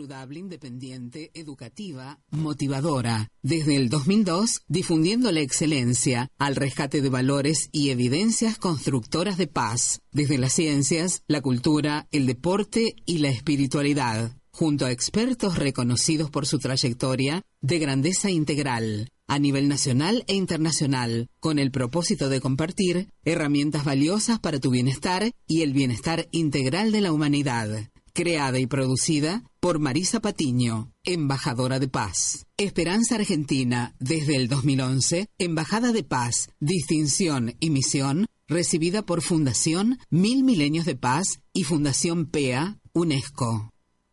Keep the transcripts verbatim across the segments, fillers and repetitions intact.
saludable, independiente, educativa, motivadora. Desde el dos mil dos, difundiendo la excelencia al rescate de valores y evidencias constructoras de paz, desde las ciencias, la cultura, el deporte y la espiritualidad, junto a expertos reconocidos por su trayectoria de grandeza integral, a nivel nacional e internacional, con el propósito de compartir herramientas valiosas para tu bienestar y el bienestar integral de la humanidad. Creada y producida por Marisa Patiño, embajadora de paz. Esperanza Argentina, desde el dos mil once, embajada de paz, distinción y misión, recibida por Fundación Mil Milenios de Paz y Fundación P E A, UNESCO.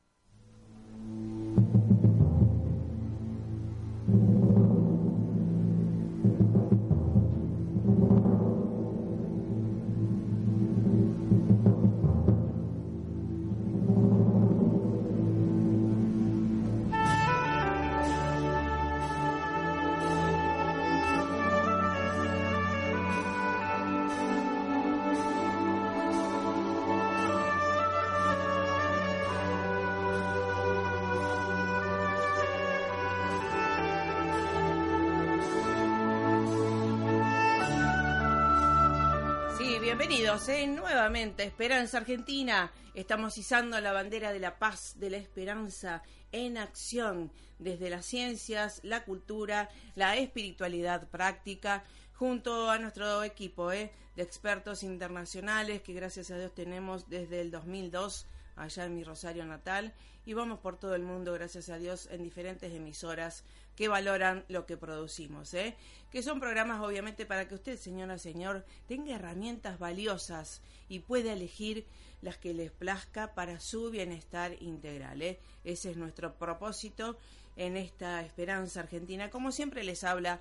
Bienvenidos eh, nuevamente a Esperanza Argentina. Estamos izando la bandera de la paz, de la esperanza en acción, desde las ciencias, la cultura, la espiritualidad práctica, junto a nuestro equipo eh, de expertos internacionales que gracias a Dios tenemos desde el dos mil dos allá en mi Rosario natal, y vamos por todo el mundo, gracias a Dios, en diferentes emisoras que valoran lo que producimos, ¿eh? que son programas obviamente para que usted, señora, señor, tenga herramientas valiosas y pueda elegir las que les plazca para su bienestar integral. ¿eh? Ese es nuestro propósito en esta Esperanza Argentina. Como siempre les habla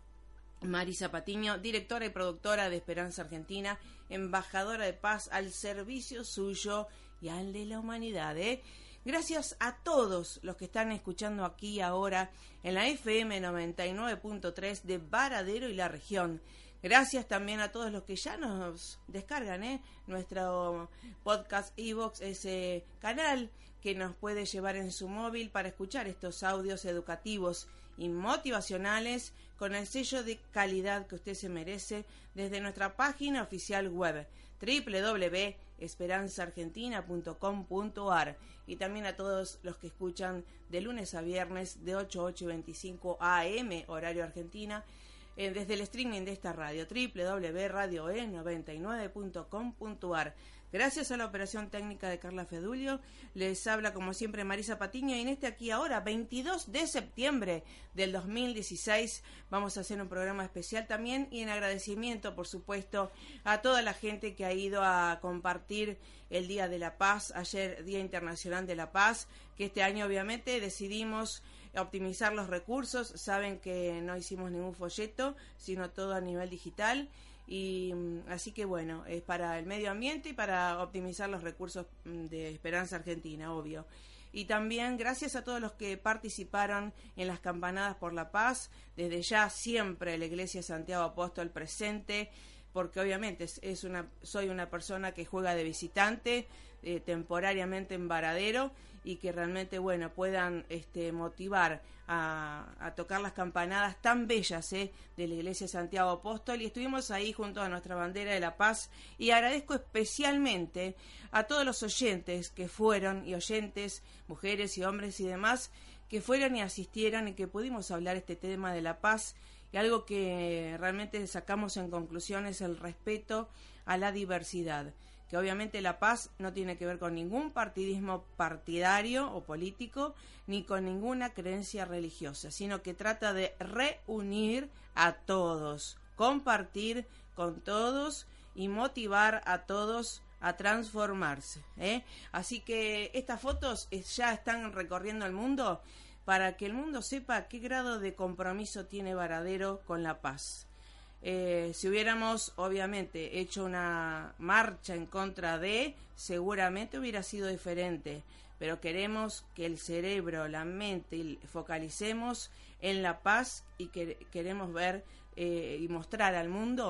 Marisa Patiño, directora y productora de Esperanza Argentina, embajadora de paz al servicio suyo y al de la humanidad. ¿eh? Gracias a todos los que están escuchando aquí ahora en la F M noventa y nueve punto tres de Varadero y la región. Gracias también a todos los que ya nos descargan, ¿eh? nuestro podcast iVoox, ese canal que nos puede llevar en su móvil para escuchar estos audios educativos y motivacionales con el sello de calidad que usted se merece desde nuestra página oficial web doble u doble u doble u punto esperanza argentina punto com punto a r, y también a todos los que escuchan de lunes a viernes de ocho a ocho y veinticinco a m horario Argentina eh, desde el streaming de esta radio doble u doble u doble u punto radio e noventa y nueve punto com punto a r. Gracias a la operación técnica de Carla Fedulio, les habla como siempre Marisa Patiño, y en este aquí ahora, veintidós de septiembre del dos mil dieciséis, vamos a hacer un programa especial también, y en agradecimiento, por supuesto, a toda la gente que ha ido a compartir el Día de la Paz, ayer Día Internacional de la Paz, que este año obviamente decidimos optimizar los recursos. Saben que no hicimos ningún folleto, sino todo a nivel digital. Y así que bueno, es para el medio ambiente y para optimizar los recursos de Esperanza Argentina, obvio. Y también gracias a todos los que participaron en las campanadas por la paz, desde ya siempre la Iglesia Santiago Apóstol presente, porque obviamente es, es una, soy una persona que juega de visitante eh, temporariamente en Varadero, y que realmente bueno puedan este, motivar a, a tocar las campanadas tan bellas eh, de la Iglesia Santiago Apóstol, y estuvimos ahí junto a nuestra bandera de la paz. Y agradezco especialmente a todos los oyentes que fueron, y oyentes, mujeres y hombres y demás, que fueron y asistieron, y que pudimos hablar este tema de la paz. Y algo que realmente sacamos en conclusión es el respeto a la diversidad, que obviamente la paz no tiene que ver con ningún partidismo partidario o político, ni con ninguna creencia religiosa, sino que trata de reunir a todos, compartir con todos y motivar a todos a transformarse, ¿eh? Así que estas fotos ya están recorriendo el mundo para que el mundo sepa qué grado de compromiso tiene Varadero con la paz. Eh, si hubiéramos obviamente hecho una marcha en contra de, seguramente hubiera sido diferente, pero queremos que el cerebro, la mente, focalicemos en la paz, y que queremos ver eh, y mostrar al mundo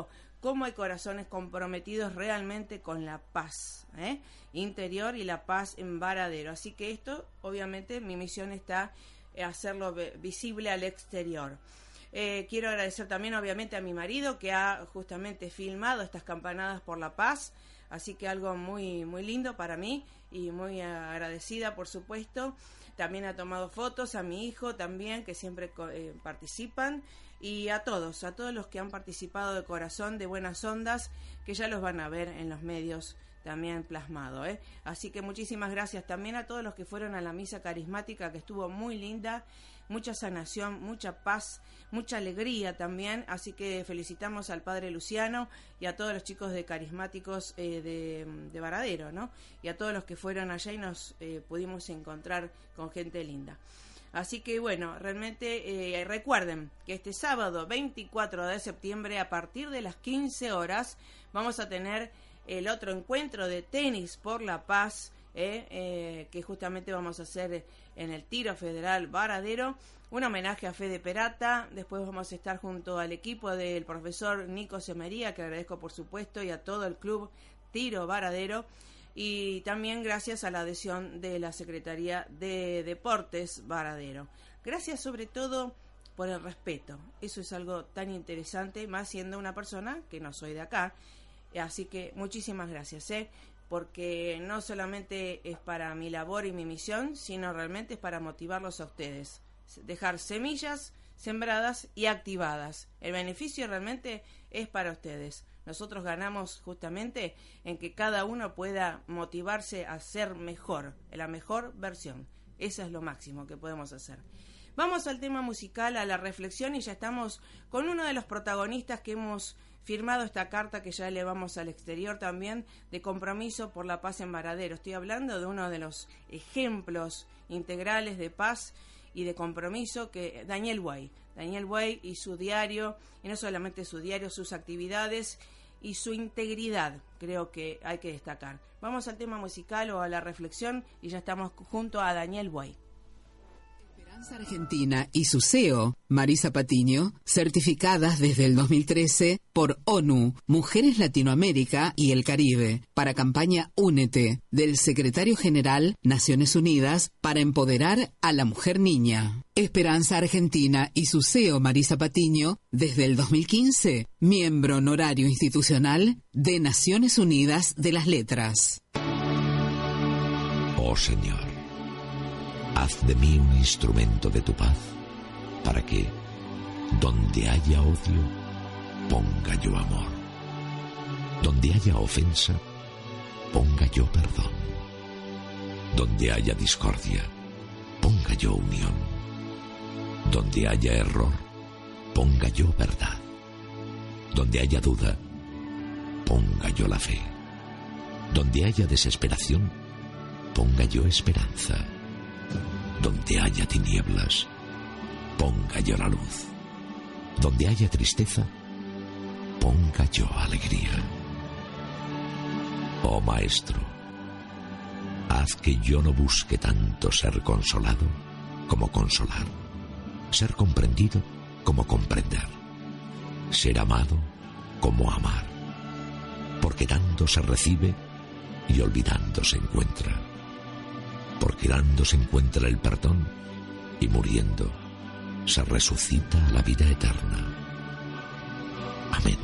cómo hay corazones comprometidos realmente con la paz, ¿eh? interior y la paz en Varadero. Así que esto, obviamente, mi misión está en hacerlo visible al exterior. Eh, quiero agradecer también, obviamente, a mi marido que ha justamente filmado estas campanadas por la paz, así que algo muy, muy lindo para mí y muy agradecida, por supuesto. También ha tomado fotos, a mi hijo también, que siempre eh, participan, y a todos, a todos los que han participado de corazón, de buenas ondas, que ya los van a ver en los medios también plasmado, ¿eh? Así que muchísimas gracias también a todos los que fueron a la misa carismática, que estuvo muy linda, mucha sanación, mucha paz, mucha alegría también, así que felicitamos al Padre Luciano y a todos los chicos de carismáticos eh, de, de Varadero, ¿no? Y a todos los que fueron allá y nos eh, pudimos encontrar con gente linda. Así que bueno, realmente eh, recuerden que este sábado veinticuatro de septiembre a partir de las quince horas vamos a tener el otro encuentro de tenis por la paz, eh, eh, que justamente vamos a hacer en el Tiro Federal Varadero, un homenaje a Fede Perata. Después vamos a estar junto al equipo del profesor Nico Semería, que agradezco por supuesto, y a todo el club Tiro Varadero, y también gracias a la adhesión de la Secretaría de Deportes Varadero. Gracias sobre todo por el respeto, eso es algo tan interesante, más siendo una persona que no soy de acá. Así que muchísimas gracias, ¿eh? porque no solamente es para mi labor y mi misión, sino realmente es para motivarlos a ustedes. Dejar semillas sembradas y activadas. El beneficio realmente es para ustedes. Nosotros ganamos justamente en que cada uno pueda motivarse a ser mejor, la mejor versión. Eso es lo máximo que podemos hacer. Vamos al tema musical, a la reflexión, y ya estamos con uno de los protagonistas que hemos firmado esta carta que ya elevamos al exterior también, de compromiso por la paz en Varadero. Estoy hablando de uno de los ejemplos integrales de paz y de compromiso, que Daniel Way. Daniel Way y su diario, y no solamente su diario, sus actividades y su integridad, creo que hay que destacar. Vamos al tema musical o a la reflexión, y ya estamos junto a Daniel Way. Esperanza Argentina y su C E O, Marisa Patiño, certificadas desde el dos mil trece por ONU, Mujeres Latinoamérica y el Caribe, para campaña Únete, del Secretario General Naciones Unidas para empoderar a la mujer niña. Esperanza Argentina y su C E O, Marisa Patiño, desde el dos mil quince, miembro honorario institucional de Naciones Unidas de las Letras. Oh Señor, haz de mí un instrumento de tu paz, para que, donde haya odio, ponga yo amor. Donde haya ofensa, ponga yo perdón. Donde haya discordia, ponga yo unión. Donde haya error, ponga yo verdad. Donde haya duda, ponga yo la fe. Donde haya desesperación, ponga yo esperanza. Donde haya tinieblas, ponga yo la luz. Donde haya tristeza, ponga yo alegría. Oh Maestro, haz que yo no busque tanto ser consolado como consolar, ser comprendido como comprender, ser amado como amar, porque dando se recibe y olvidando se encuentra, porque dando se encuentra el perdón y muriendo se resucita a la vida eterna. Amén.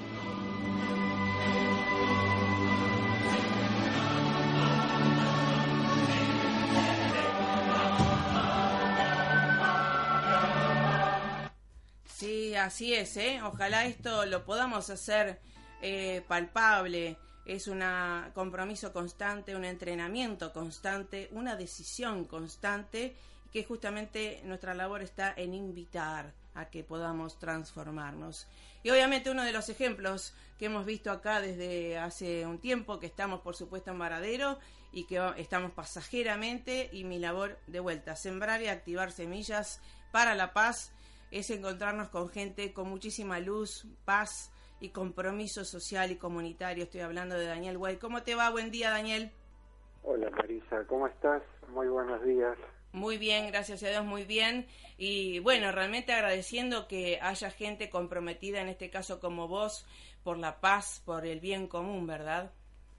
Sí, así es, ¿eh? Ojalá esto lo podamos hacer eh, palpable. Es un compromiso constante, un entrenamiento constante, una decisión constante, que justamente nuestra labor está en invitar a que podamos transformarnos. Y obviamente uno de los ejemplos que hemos visto acá desde hace un tiempo, que estamos por supuesto en Varadero y que estamos pasajeramente, y mi labor de vuelta, sembrar y activar semillas para la paz, es encontrarnos con gente con muchísima luz, paz y compromiso social y comunitario. Estoy hablando de Daniel Way. ¿Cómo te va? Buen día, Daniel. Hola, Marisa, ¿cómo estás? Muy buenos días. Muy bien, gracias a Dios, muy bien. Y bueno, realmente agradeciendo que haya gente comprometida, en este caso como vos, por la paz, por el bien común, ¿verdad?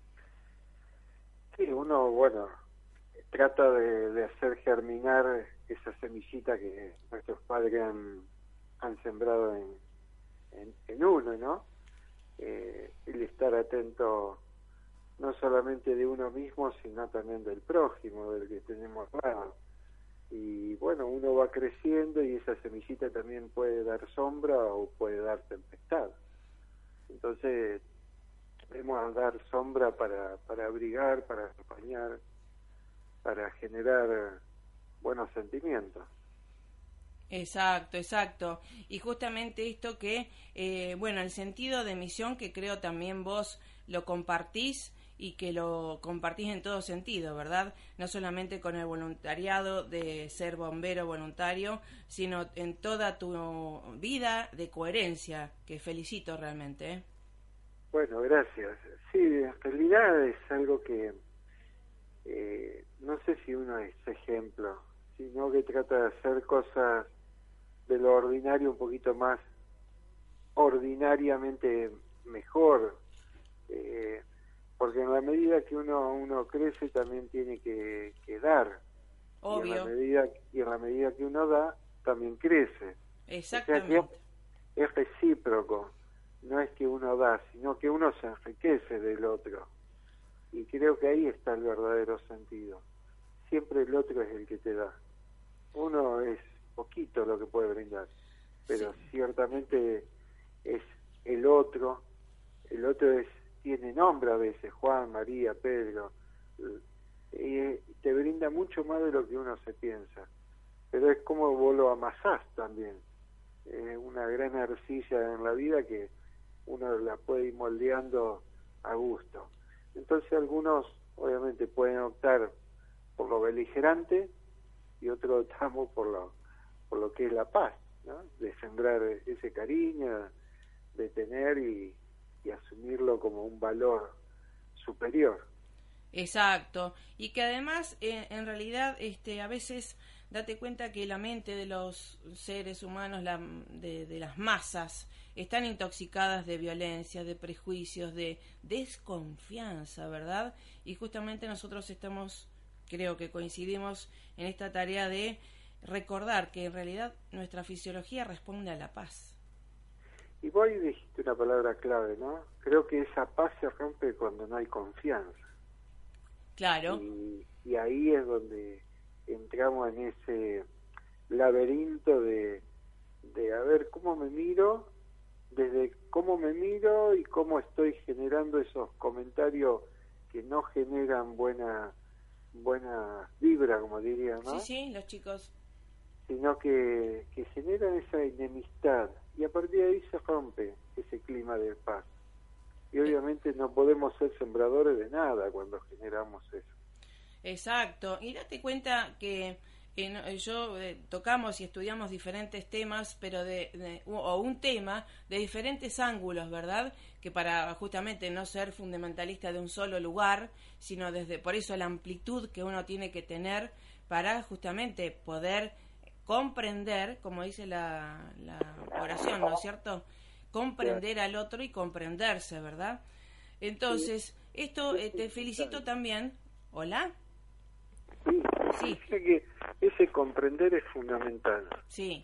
Sí, uno, bueno, trata de, de hacer germinar esa semillita que nuestros padres han, han sembrado en, en, en uno, ¿no? Eh, el estar atento no solamente de uno mismo, sino también del prójimo, del que tenemos al lado. Y bueno, uno va creciendo y esa semillita también puede dar sombra o puede dar tempestad. Entonces, debemos dar sombra para, para abrigar, para acompañar, para generar buenos sentimientos. Exacto, exacto. Y justamente esto que, eh, bueno, el sentido de misión que creo también vos lo compartís y que lo compartís en todo sentido, ¿verdad? No solamente con el voluntariado de ser bombero voluntario, sino en toda tu vida de coherencia, que felicito realmente, ¿eh? Bueno, gracias. Sí, en realidad es algo que eh, no sé si uno es ejemplo, sino que trata de hacer cosas de lo ordinario un poquito más ordinariamente mejor, eh, porque en la medida que uno uno crece también tiene que, que dar. Obvio. Y en la medida y en la medida que uno da también crece. Exactamente. O sea que es recíproco. No es que uno da, sino que uno se enriquece del otro. Y creo que ahí está el verdadero sentido. Siempre el otro es el que te da. Uno es poquito lo que puede brindar, pero sí, ciertamente es el otro. El otro es tiene nombre a veces, Juan, María, Pedro. Y te brinda mucho más de lo que uno se piensa. Pero es como vos lo amasás también. Es una gran arcilla en la vida que uno la puede ir moldeando a gusto. Entonces algunos obviamente pueden optar por lo beligerante y otros optamos por lo por lo que es la paz, ¿no? De sembrar ese cariño, de tener y, y asumirlo como un valor superior. Exacto, y que además eh, en realidad este a veces date cuenta que la mente de los seres humanos, la, de, de las masas, están intoxicadas de violencia, de prejuicios, de desconfianza, ¿verdad? Y justamente nosotros estamos, creo que coincidimos en esta tarea de recordar que en realidad nuestra fisiología responde a la paz. Y vos ahí dijiste una palabra clave, ¿no? Creo que esa paz se rompe cuando no hay confianza. Claro. Y, y ahí es donde entramos en ese laberinto de, de a ver cómo me miro, desde cómo me miro y cómo estoy generando esos comentarios que no generan buena buena vibra, como dirían, ¿no? Sí, sí, los chicos. Sino que, que generan esa enemistad y a partir de ahí se rompe ese clima de paz. Y obviamente no podemos ser sembradores de nada cuando generamos eso. Exacto, y date cuenta que eh, yo eh, tocamos y estudiamos diferentes temas, pero de, de o un tema de diferentes ángulos, ¿verdad? Que para justamente no ser fundamentalista de un solo lugar, sino desde por eso la amplitud que uno tiene que tener para justamente poder comprender, como dice la, la oración, ¿no es cierto? Comprender al otro y comprenderse, ¿verdad? Entonces, esto eh, te felicito también. ¿Hola? Sí, sí. Dice que ese comprender es fundamental. Sí.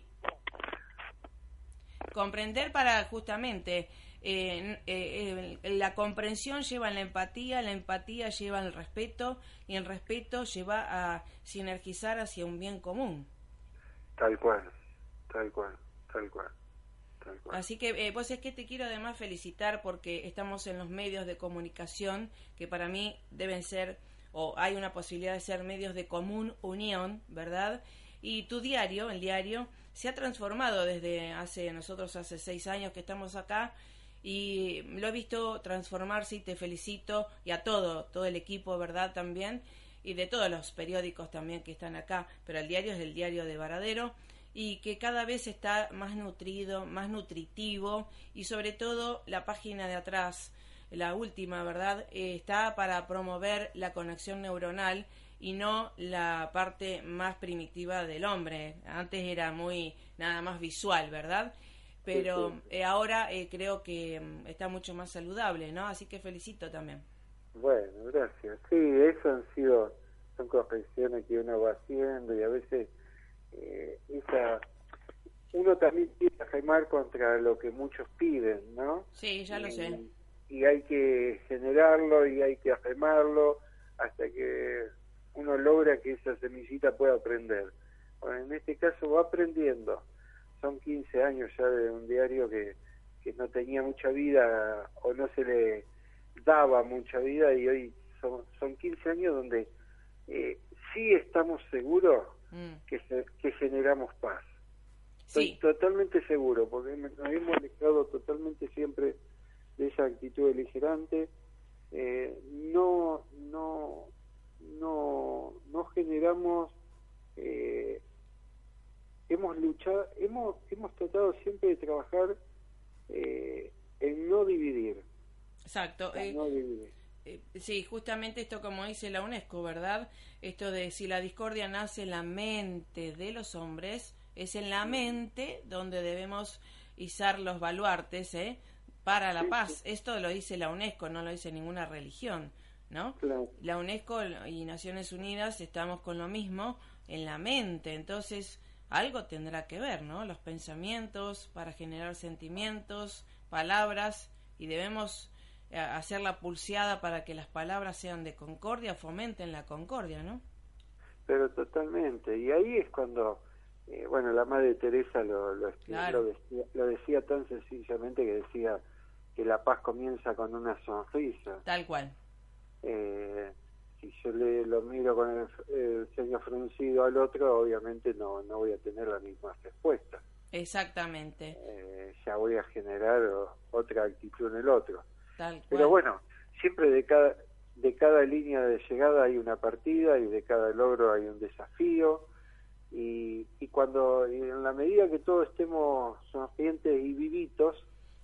Comprender para justamente eh, eh, eh, la comprensión lleva a la empatía, la empatía lleva al respeto y el respeto lleva a sinergizar hacia un bien común. Tal cual, tal cual, tal cual. Así que, eh, pues es que te quiero además felicitar porque estamos en los medios de comunicación que para mí deben ser, o hay una posibilidad de ser medios de común unión, ¿verdad? Y tu diario, el diario, se ha transformado desde hace, nosotros hace seis años que estamos acá y lo he visto transformarse y te felicito y a todo, todo el equipo, ¿verdad? También, y de todos los periódicos también que están acá, pero el diario es el diario de Varadero y que cada vez está más nutrido, más nutritivo y sobre todo la página de atrás, la última, ¿verdad? Eh, está para promover la conexión neuronal y no la parte más primitiva del hombre. Antes era muy nada más visual, ¿verdad? Pero sí, sí. Eh, ahora eh, creo que mm, está mucho más saludable, ¿no? Así que felicito también. Bueno, gracias. Sí, eso han sido, son correcciones que uno va haciendo y a veces eh, esa, uno también tiene que remar contra lo que muchos piden, ¿no? Sí, ya lo y, sé. y hay que generarlo y hay que remarlo hasta que uno logra que esa semillita pueda aprender. Bueno, en este caso va aprendiendo. Son quince años ya de un diario que, que no tenía mucha vida o no se le daba mucha vida y hoy son, son quince años donde eh, sí estamos seguros Mm. que, se, que generamos paz. Estoy Sí, totalmente seguro, porque me- nos hemos alejado totalmente siempre de esa actitud beligerante. Eh, no, no, no, no generamos, eh, hemos luchado, hemos, hemos tratado siempre de trabajar eh, en no dividir, exacto. en Eh, no dividir. eh, sí, justamente esto como dice la UNESCO, ¿verdad? Esto de si la discordia nace en la mente de los hombres, es en la mente donde debemos izar los baluartes, ¿eh? Para la Sí, paz. sí, Esto lo dice la UNESCO, no lo dice ninguna religión, ¿no? claro. La UNESCO y Naciones Unidas estamos con lo mismo en la mente, entonces algo tendrá que ver, ¿no? Los pensamientos para generar sentimientos, palabras, y debemos eh, hacer la pulseada para que las palabras sean de concordia, fomenten la concordia, ¿no? Pero totalmente. Y ahí es cuando, eh, bueno, la Madre Teresa lo, lo, Claro, lo, decía, lo decía tan sencillamente que decía que la paz comienza con una sonrisa. tal cual. Eh, si yo le lo miro con el, el ceño fruncido al otro, obviamente no, no voy a tener la misma respuesta. Exactamente, Eh, ya voy a generar o, otra actitud en el otro. tal Pero cual. bueno, siempre de cada de cada línea de llegada hay una partida y de cada logro hay un desafío y, y cuando y en la medida que todos estemos sonrientes y vivitos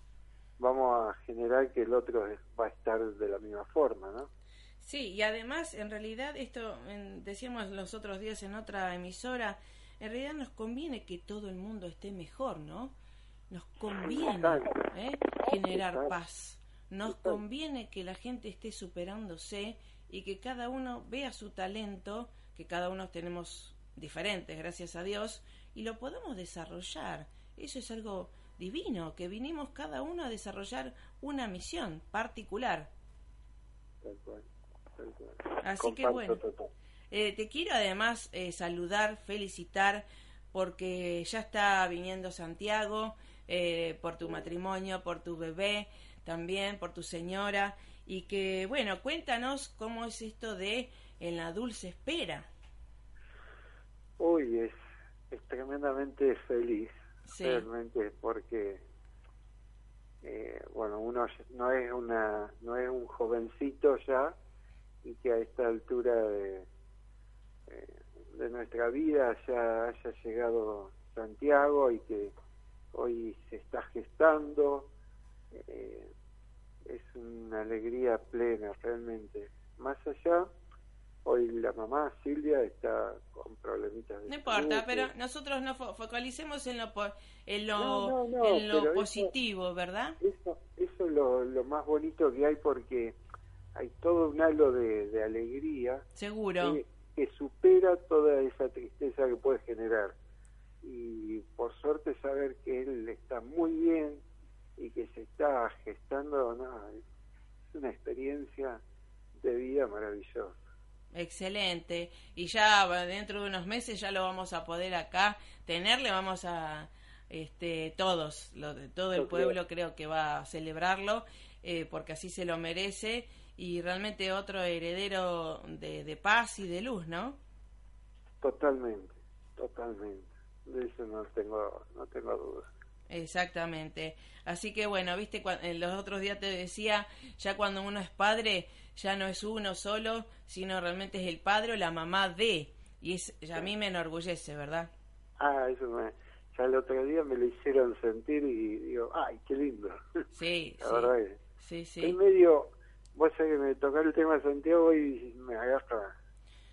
vamos a generar que el otro va a estar de la misma forma, ¿no? Sí, y además, en realidad, esto en, decíamos los otros días en otra emisora, en realidad nos conviene que todo el mundo esté mejor, ¿no? Nos conviene Exacto. ¿eh? generar Exacto. paz. Nos Exacto. conviene que la gente esté superándose y que cada uno vea su talento, que cada uno tenemos diferentes, gracias a Dios, y lo podemos desarrollar. Eso es algo divino, que vinimos cada uno a desarrollar una misión particular. Tal cual, tal cual. Así que Comparto bueno, total. eh, te quiero además eh, saludar, felicitar, porque ya está viniendo Santiago, eh, por tu matrimonio, por tu bebé, también por tu señora, y que bueno, cuéntanos cómo es esto de En la dulce espera. Uy, es, es tremendamente feliz, Sí, realmente, porque eh, bueno, uno no es una no es un jovencito ya y que a esta altura de, eh, de nuestra vida ya haya llegado Santiago y que hoy se está gestando, eh, es una alegría plena realmente. Más allá, hoy la mamá Silvia está con problemitas de no salud. importa, pero que- nosotros nos fo- focalicemos en lo po- en lo, No, no, no, en lo pero eso- positivo, ¿verdad? Eso, eso es lo, lo más bonito que hay porque hay todo un halo de, de alegría Seguro. que, que supera toda esa tristeza que puede generar. Y por suerte saber que él está muy bien y que se está gestando, no, es una experiencia de vida maravillosa. Excelente. Y ya bueno, dentro de unos meses ya lo vamos a poder acá tenerle, vamos a este todos, lo de todo el Yo pueblo creo que va a celebrarlo eh, porque así se lo merece y realmente otro heredero de, de paz y de luz, ¿no? Totalmente, totalmente. De eso no tengo, no tengo duda. Exactamente. Así que bueno, viste, cua- en los otros días te decía, ya cuando uno es padre, ya no es uno solo, sino realmente es el padre o la mamá de. Y es, a mí me enorgullece, ¿verdad? Ah, eso me, ya el otro día me lo hicieron sentir y digo, ay, qué lindo. Sí, La sí, verdad es. sí, sí. En medio, vos sabés que me tocó el tema de Santiago y me agarra,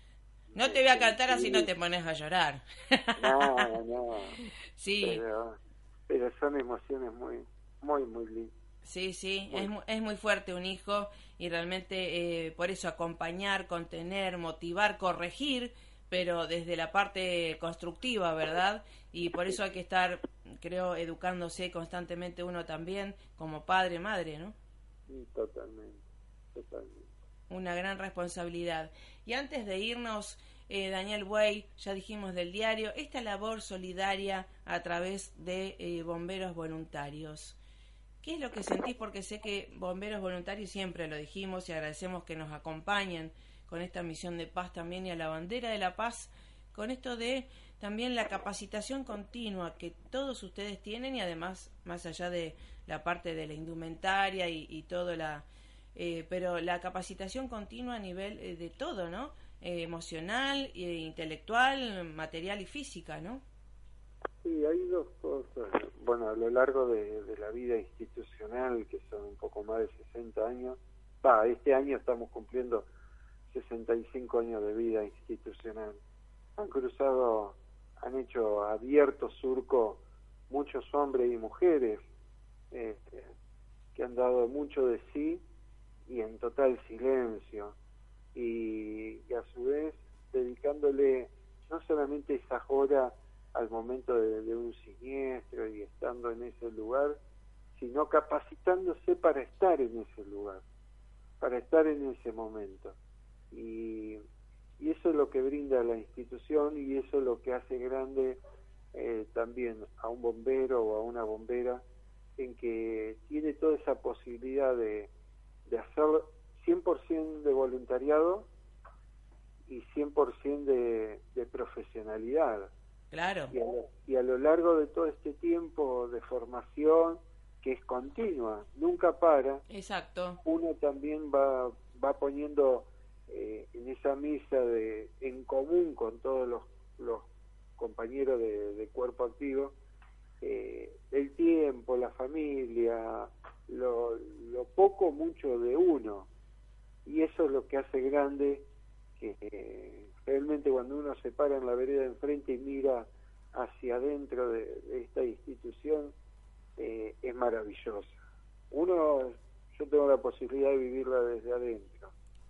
No te voy a cantar así no te pones a llorar. No, no. Sí. Pero, pero son emociones muy, muy, muy lindas. Sí, sí, es, es muy fuerte un hijo y realmente eh, por eso acompañar, contener, motivar, corregir, pero desde la parte constructiva, ¿verdad? Y por eso hay que estar, creo, educándose constantemente uno también como padre, madre, ¿no? Sí, totalmente, totalmente. Una gran responsabilidad. Y antes de irnos, eh, Daniel Buey, ya dijimos del diario, esta labor solidaria a través de eh, bomberos voluntarios. ¿Qué es lo que sentís? Porque sé que bomberos voluntarios siempre lo dijimos y agradecemos que nos acompañen con esta misión de paz también y a la bandera de la paz, con esto de también la capacitación continua que todos ustedes tienen y además más allá de la parte de la indumentaria y, y todo la... Eh, pero la capacitación continua a nivel eh, de todo, ¿no? Eh, emocional, eh, intelectual, material y física, ¿no? Sí, hay dos cosas. Bueno, a lo largo de, de la vida institucional, que son un poco más de sesenta años, va, este año estamos cumpliendo sesenta y cinco años de vida institucional. Han cruzado, han hecho abierto surco muchos hombres y mujeres eh, que han dado mucho de sí y en total silencio, y, y a su vez dedicándole no solamente esas horas al momento de, de un siniestro y estando en ese lugar, sino capacitándose para estar en ese lugar, para estar en ese momento. Y, y eso es lo que brinda la institución y eso es lo que hace grande eh, también a un bombero o a una bombera, en que tiene toda esa posibilidad de, de hacer cien por ciento de voluntariado y cien por ciento de, de profesionalidad. Claro. Y a, lo, y a lo largo de todo este tiempo de formación, que es continua, nunca para. Exacto. Uno también va, va poniendo eh, en esa misa de en común con todos los, los compañeros de, de cuerpo activo, eh, el tiempo, la familia, lo, lo poco mucho de uno. Y eso es lo que hace grande que eh, realmente cuando uno se para en la vereda de enfrente y mira hacia adentro de, de esta institución, eh, es maravillosa. Uno, yo tengo la posibilidad de vivirla desde adentro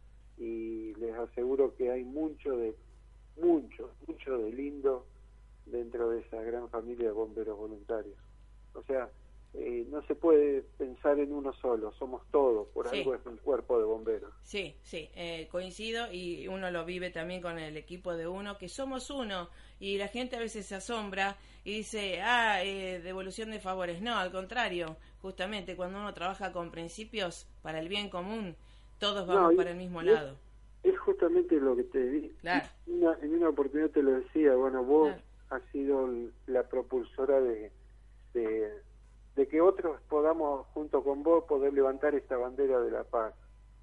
y les aseguro que hay mucho de, mucho, mucho de lindo dentro de esa gran familia de bomberos voluntarios. O sea, Eh, no se puede pensar en uno solo, somos todos, por sí. algo es un cuerpo de bomberos. Sí, sí, eh, coincido y uno lo vive también con el equipo de uno, que somos uno y la gente a veces se asombra y dice, ah, eh, devolución de favores. No, al contrario, justamente cuando uno trabaja con principios para el bien común, todos vamos no, y, para el mismo es, lado. Es justamente lo que te di. Claro. Una, en una oportunidad te lo decía, bueno, vos claro. has sido la propulsora de... de de que otros podamos, junto con vos, poder levantar esta bandera de la paz.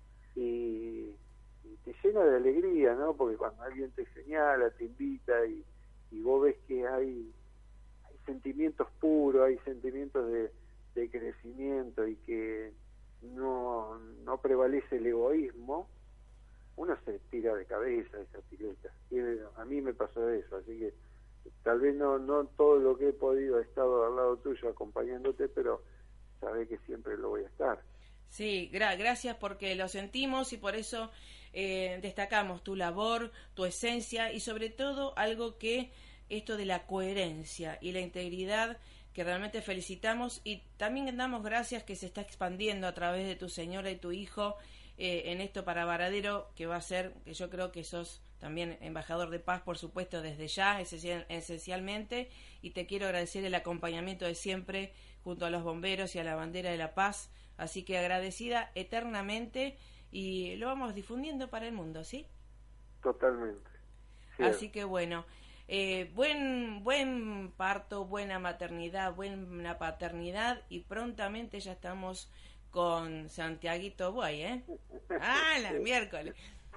Y, y te llena de alegría, ¿no? Porque cuando alguien te señala, te invita y, y vos ves que hay, hay sentimientos puros, hay sentimientos de, de crecimiento y que no, no prevalece el egoísmo, uno se tira de cabeza a esa pileta. Y a mí me pasó eso, así que tal vez no no todo lo que he podido he estado al lado tuyo acompañándote, pero sabés que siempre lo voy a estar. Sí, gra- gracias porque lo sentimos y por eso eh, destacamos tu labor, tu esencia y sobre todo algo que esto de la coherencia y la integridad que realmente felicitamos y también damos gracias que se está expandiendo a través de tu señora y tu hijo eh, en esto para Varadero, que va a ser, que yo creo que sos también embajador de paz, por supuesto, desde ya, esencial, esencialmente, y te quiero agradecer el acompañamiento de siempre junto a los bomberos y a la bandera de la paz, así que agradecida eternamente y lo vamos difundiendo para el mundo, ¿sí? Totalmente. Sí. Así que bueno, eh, buen buen parto, buena maternidad, buena paternidad y prontamente ya estamos con Santiaguito Buey, ¿eh? Ah, la miércoles.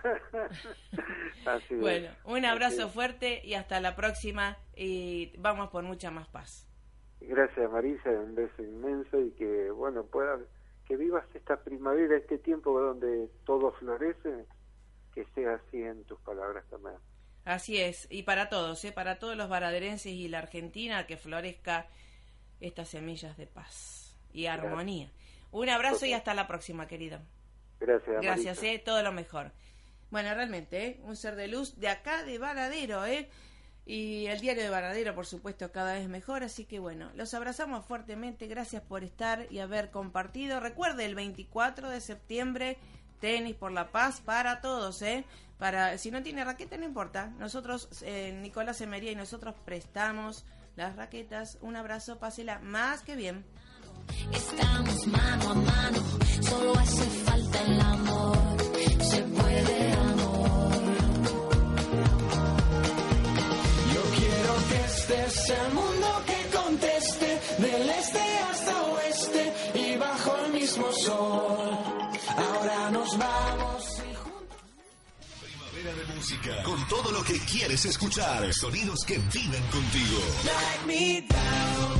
Así bueno, es. un abrazo fuerte y hasta la próxima y vamos por mucha más paz. Gracias, Marisa, un beso inmenso y que bueno puedas que vivas esta primavera, este tiempo donde todo florece, que sea así en tus palabras también. Así es, y para todos, ¿eh? Para todos los varaderenses y la Argentina, que florezca estas semillas de paz y armonía. Un abrazo y hasta la próxima, querido. Gracias, Gracias, eh, todo lo mejor. Bueno, realmente, ¿eh? Un ser de luz de acá de Varadero, ¿eh? Y el diario de Varadero, por supuesto, cada vez mejor. Así que bueno, los abrazamos fuertemente. Gracias por estar y haber compartido. Recuerde, el veinticuatro de septiembre, Tenis por la Paz para todos, ¿eh? Para, si no tiene raqueta, no importa. Nosotros, eh, Nicolás Emería y nosotros prestamos las raquetas. Un abrazo, pásela más que bien. Estamos mano a mano, solo hace falta el amor, se puede amor. Yo quiero que este sea el mundo que conteste, del este hasta oeste y bajo el mismo sol. Ahora nos vamos y juntos. Primavera de música, con todo lo que quieres escuchar, sonidos que viven contigo. Let me down.